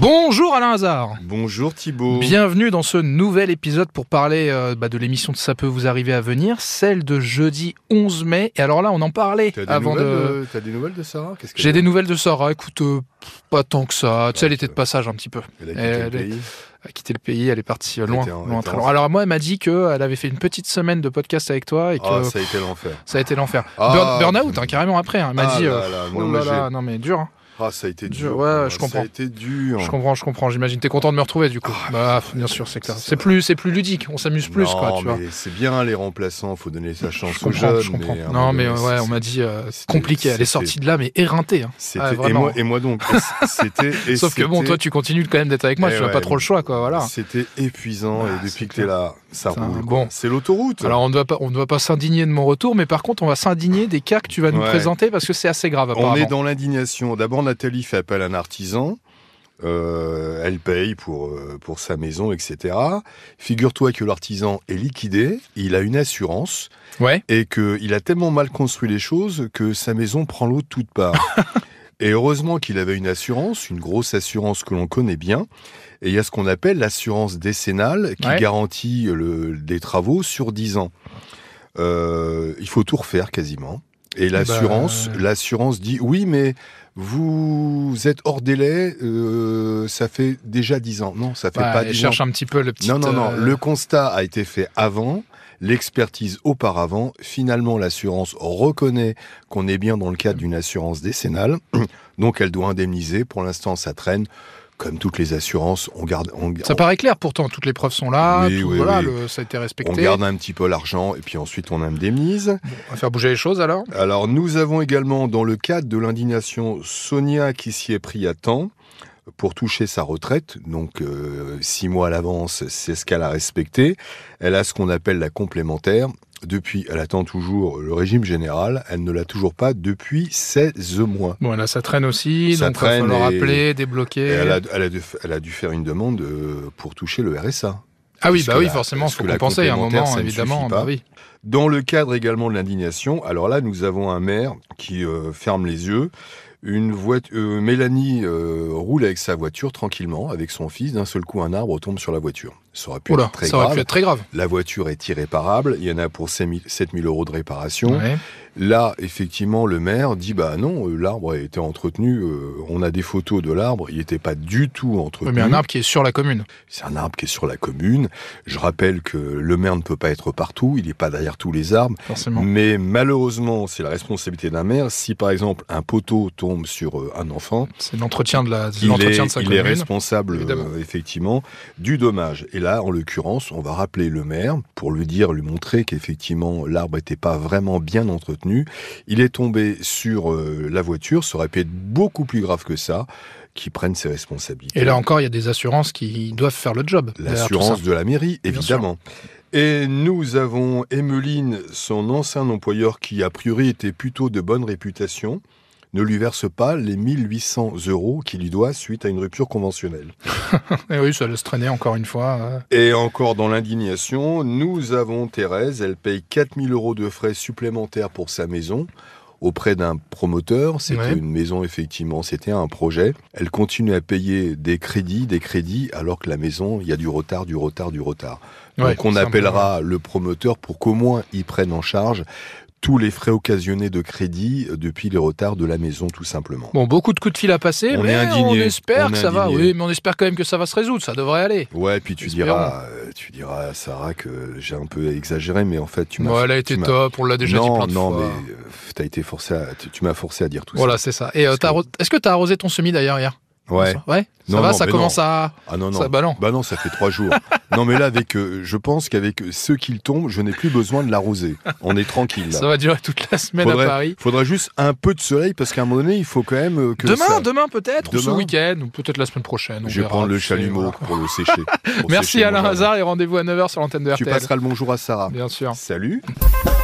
Bonjour Alain Hazard. Bonjour Thibaut. Bienvenue dans ce nouvel épisode pour parler de l'émission de Ça peut vous arriver à venir, celle de jeudi 11 mai. Et alors là, on en parlait avant de... T'as des nouvelles de Sarah? J'ai des nouvelles de Sarah, écoute, pas tant que ça. Tu sais, elle était de passage un petit peu. Elle a quitté le pays, elle est partie loin, très loin. en... Alors moi, elle m'a dit qu'elle avait fait une petite semaine de podcast avec toi et que ça a été l'enfer. Ça a été l'enfer. Ah, Burn-out, carrément après. Elle m'a dit, non mais dur. Hein. Ah, ça a été dur. Ouais, je comprends. Ça a été dur. Je comprends. J'imagine. T'es content de me retrouver du coup. Bien sûr, c'est clair. C'est plus ludique. On s'amuse plus, quoi. Tu vois. C'est bien les remplaçants. Faut donner sa chance aux jeunes. Je comprends. Mais on m'a dit compliqué. Elle est sortie de là, mais éreintée. Hein. Et moi donc. Sauf que bon, toi, tu continues quand même d'être avec moi. Tu n'as pas trop le choix, quoi. Voilà. C'était épuisant et depuis que t'es là, ça roule. Bon, c'est l'autoroute. Alors on ne doit pas s'indigner de mon retour, mais par contre, on va s'indigner des cas que tu vas nous présenter parce que c'est assez grave. Apparemment. On est dans l'indignation. D'abord, Nathalie fait appel à un artisan, elle paye pour sa maison, etc. Figure-toi que l'artisan est liquidé, il a une assurance, et qu'il a tellement mal construit les choses que sa maison prend l'eau de toutes parts. Et heureusement qu'il avait une assurance, une grosse assurance que l'on connaît bien, et il y a ce qu'on appelle l'assurance décennale qui garantit des travaux sur 10 ans. Il faut tout refaire quasiment. Et l'assurance dit oui, mais vous êtes hors délai, ça fait déjà 10 ans. Non, ça fait pas 10 ans. Cherche un petit peu le petit... Non. Le constat a été fait avant, l'expertise auparavant. Finalement, l'assurance reconnaît qu'on est bien dans le cadre d'une assurance décennale. Donc, elle doit indemniser. Pour l'instant, ça traîne. Comme toutes les assurances, Ça paraît clair pourtant, toutes les preuves sont là, ça a été respecté. On garde un petit peu l'argent et puis ensuite on indemnise. Bon, on va faire bouger les choses alors. Alors nous avons également dans le cadre de l'indignation Sonia qui s'y est pris à temps pour toucher sa retraite, donc 6 mois à l'avance, c'est ce qu'elle a respecté. Elle a ce qu'on appelle la complémentaire. Depuis, elle attend toujours le régime général. Elle ne l'a toujours pas depuis 16 mois. Bon, là, ça traîne aussi. Donc, il va falloir appeler, débloquer. Elle a dû faire une demande pour toucher le RSA. Ah oui, forcément, il faut compenser à un moment, évidemment. Oui. Dans le cadre également de l'indignation, alors là, nous avons un maire qui ferme les yeux. Mélanie roule avec sa voiture tranquillement, avec son fils. D'un seul coup, un arbre tombe sur la voiture. Ça aurait pu être très grave. La voiture est irréparable. Il y en a pour 7 000 euros de réparation. Ouais. Là, effectivement, le maire dit non, l'arbre a été entretenu. On a des photos de l'arbre. Il n'était pas du tout entretenu. Mais un arbre qui est sur la commune. C'est un arbre qui est sur la commune. Je rappelle que le maire ne peut pas être partout. Il n'est pas derrière tous les arbres. Forcément. Mais malheureusement, c'est la responsabilité d'un maire. Si, par exemple, un poteau tombe sur un enfant... C'est l'entretien de sa commune. Il est responsable, effectivement, du dommage. Et là, en l'occurrence, on va rappeler le maire pour lui montrer qu'effectivement, l'arbre n'était pas vraiment bien entretenu. Il est tombé sur la voiture. Ça aurait pu être beaucoup plus grave que ça. Qui prennent ses responsabilités. Et là encore, il y a des assurances qui doivent faire le job. L'assurance de la mairie, évidemment. Et nous avons Emeline, son ancien employeur, qui a priori était plutôt de bonne réputation, ne lui verse pas les 1 800 € qu'il lui doit suite à une rupture conventionnelle. Et oui, ça laisse traîner encore une fois. Et encore dans l'indignation, nous avons Thérèse, elle paye 4 000 € de frais supplémentaires pour sa maison, auprès d'un promoteur. C'était une maison, effectivement, c'était un projet. Elle continue à payer des crédits, alors que la maison, il y a du retard. Donc on appellera le promoteur pour qu'au moins il prenne en charge tous les frais occasionnés de crédit depuis les retards de la maison, tout simplement. Bon, beaucoup de coups de fil à passer, mais on espère que ça va. Oui, mais on espère quand même que ça va se résoudre, ça devrait aller. Ouais, puis tu diras à Sarah que j'ai un peu exagéré, mais en fait, elle a été top, on l'a déjà dit plein de fois. Non, mais tu m'as forcé à dire tout ça. Voilà, c'est ça. Et est-ce que tu as arrosé ton semis d'ailleurs hier ? Ouais. Ça commence à... Ah non. Non, ça fait 3 jours. Non, mais là, je pense qu'avec ceux qui tombent, je n'ai plus besoin de l'arroser. On est tranquille, là. Ça va durer toute la semaine à Paris. Faudrait juste un peu de soleil, parce qu'à un moment donné, il faut quand même que Demain peut-être, ou ce week-end, ou peut-être la semaine prochaine. Je vais prendre le chalumeau pour le sécher. Merci Alain Hazard, et rendez-vous à 9h sur l'antenne de RTS. Tu passeras le bonjour à Sarah. Bien sûr. Salut.